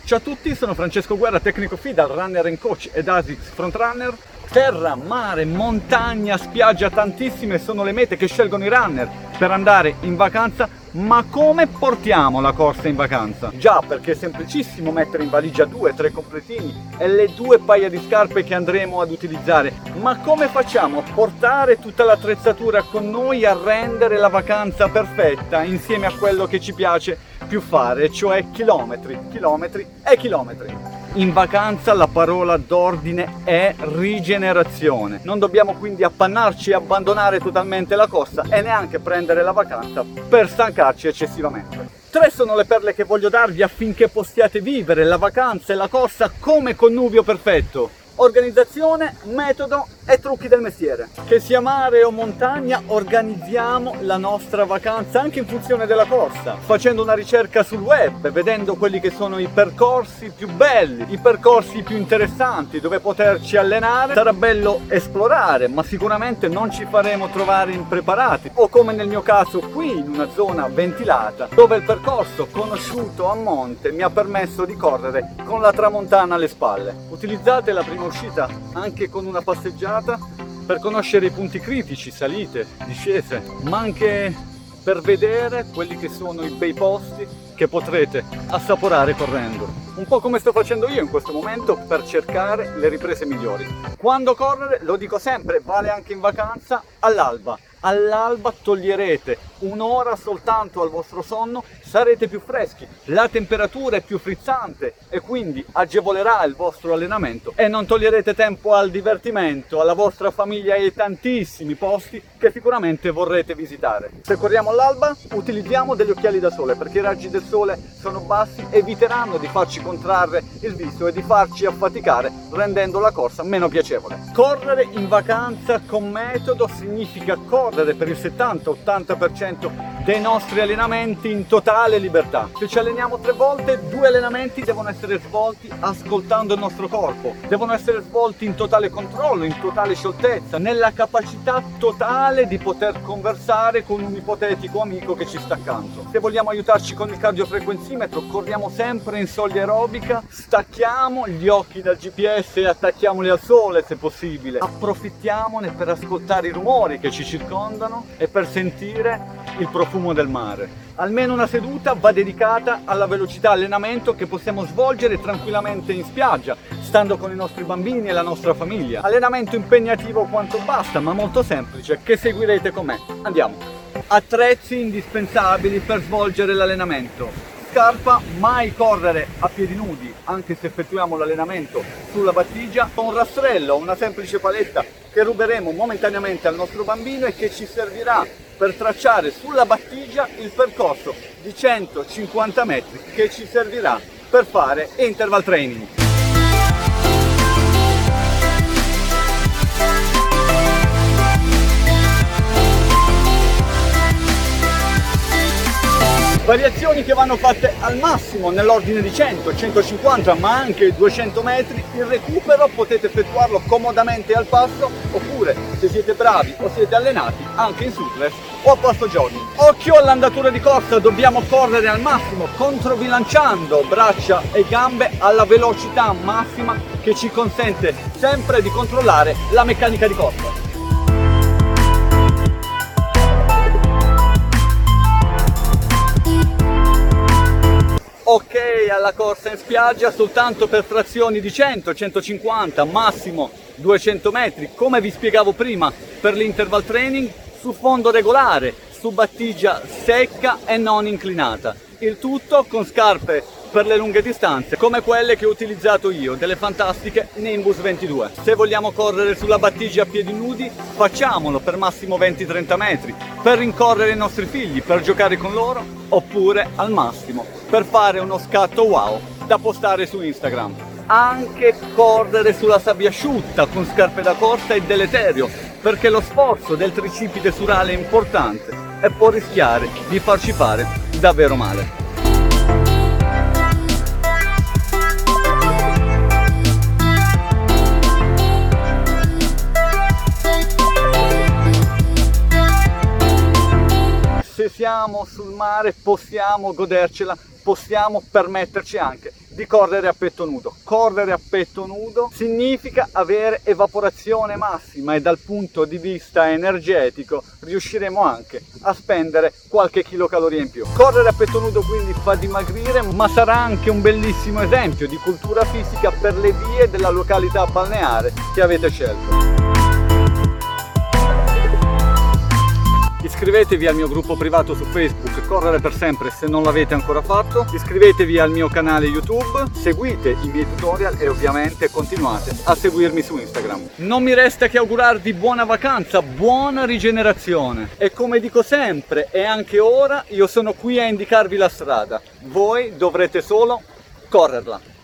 Ciao a tutti, sono Francesco Guerra, tecnico FIDAL, runner and coach ed ASICS frontrunner. Terra, mare, montagna, spiaggia, tantissime sono le mete che scelgono i runner per andare in vacanza. Ma come portiamo la corsa in vacanza? Già, perché è semplicissimo mettere in valigia 2-3 completini e le 2 paia di scarpe che andremo ad utilizzare. Ma come facciamo a portare tutta l'attrezzatura con noi a rendere la vacanza perfetta insieme a quello che ci piace più fare, cioè chilometri, chilometri e chilometri? In vacanza la parola d'ordine è rigenerazione. Non dobbiamo quindi appannarci e abbandonare totalmente la corsa e neanche prendere la vacanza per stancarci eccessivamente. 3 sono le perle che voglio darvi affinché possiate vivere la vacanza e la corsa come connubio perfetto. Organizzazione, metodo e trucchi del mestiere. Che sia mare o montagna, organizziamo la nostra vacanza anche in funzione della corsa, facendo una ricerca sul web, vedendo quelli che sono i percorsi più belli, i percorsi più interessanti dove poterci allenare. Sarà bello esplorare, ma sicuramente non ci faremo trovare impreparati, o come nel mio caso qui in una zona ventilata dove il percorso conosciuto a monte mi ha permesso di correre con la tramontana alle spalle. Utilizzate la prima uscita anche con una passeggiata per conoscere i punti critici, salite, discese, ma anche per vedere quelli che sono i bei posti che potrete assaporare correndo. Un po' come sto facendo io in questo momento per cercare le riprese migliori. Quando correre, lo dico sempre, vale anche in vacanza, all'alba. All'alba toglierete un'ora soltanto al vostro sonno, sarete più freschi, la temperatura è più frizzante e quindi agevolerà il vostro allenamento e non toglierete tempo al divertimento, alla vostra famiglia e ai tantissimi posti che sicuramente vorrete visitare. Se corriamo all'alba, utilizziamo degli occhiali da sole perché i raggi del sole sono bassi, eviteranno di farci contrarre il viso e di farci affaticare, rendendo la corsa meno piacevole. Correre in vacanza con metodo significa correre per il 70-80% dei nostri allenamenti in totale libertà. Se ci alleniamo 3 volte, 2 allenamenti devono essere svolti ascoltando il nostro corpo, devono essere svolti in totale controllo, in totale scioltezza, nella capacità totale di poter conversare con un ipotetico amico che ci sta accanto. Se vogliamo aiutarci con il cardiofrequenzimetro, corriamo sempre in soglia aerobica, stacchiamo gli occhi dal GPS e attacchiamoli al sole se possibile, approfittiamone per ascoltare i rumori che ci circondano e per sentire il profumo del mare. Almeno una seduta va dedicata alla velocità allenamento che possiamo svolgere tranquillamente in spiaggia, stando con i nostri bambini e la nostra famiglia. Allenamento impegnativo quanto basta, ma molto semplice, che seguirete con me. Andiamo! Attrezzi indispensabili per svolgere l'allenamento. Scarpa, mai correre a piedi nudi, anche se effettuiamo l'allenamento sulla battigia. Un rastrello, una semplice paletta che ruberemo momentaneamente al nostro bambino e che ci servirà per tracciare sulla battigia il percorso di 150 metri che ci servirà per fare interval training. Variazioni che vanno fatte al massimo nell'ordine di 100, 150 ma anche 200 metri. Il recupero potete effettuarlo comodamente al passo oppure, se siete bravi o siete allenati, anche in suplex o a passo jogging. Occhio all'andatura di corsa, dobbiamo correre al massimo controbilanciando braccia e gambe alla velocità massima che ci consente sempre di controllare la meccanica di corsa. Ok alla corsa in spiaggia soltanto per frazioni di 100, 150, massimo 200 metri, come vi spiegavo prima per l'interval training, su fondo regolare, su battigia secca e non inclinata. Il tutto con scarpe per le lunghe distanze come quelle che ho utilizzato io, delle fantastiche Nimbus 22. Se vogliamo correre sulla battigia a piedi nudi, facciamolo per massimo 20-30 metri, per rincorrere i nostri figli, per giocare con loro, oppure al massimo per fare uno scatto wow da postare su Instagram. Anche correre sulla sabbia asciutta con scarpe da corsa è deleterio, perché lo sforzo del tricipite surale è importante e può rischiare di farci fare davvero male. Se siamo sul mare possiamo godercela, possiamo permetterci anche di correre a petto nudo. Correre a petto nudo significa avere evaporazione massima e dal punto di vista energetico riusciremo anche a spendere qualche kilocaloria in più. Correre a petto nudo quindi fa dimagrire, ma sarà anche un bellissimo esempio di cultura fisica per le vie della località balneare che avete scelto. Iscrivetevi al mio gruppo privato su Facebook Correre per Sempre se non l'avete ancora fatto, iscrivetevi al mio canale YouTube, seguite i miei tutorial e ovviamente continuate a seguirmi su Instagram. Non mi resta che augurarvi buona vacanza, buona rigenerazione e come dico sempre e anche ora io sono qui a indicarvi la strada, voi dovrete solo correrla.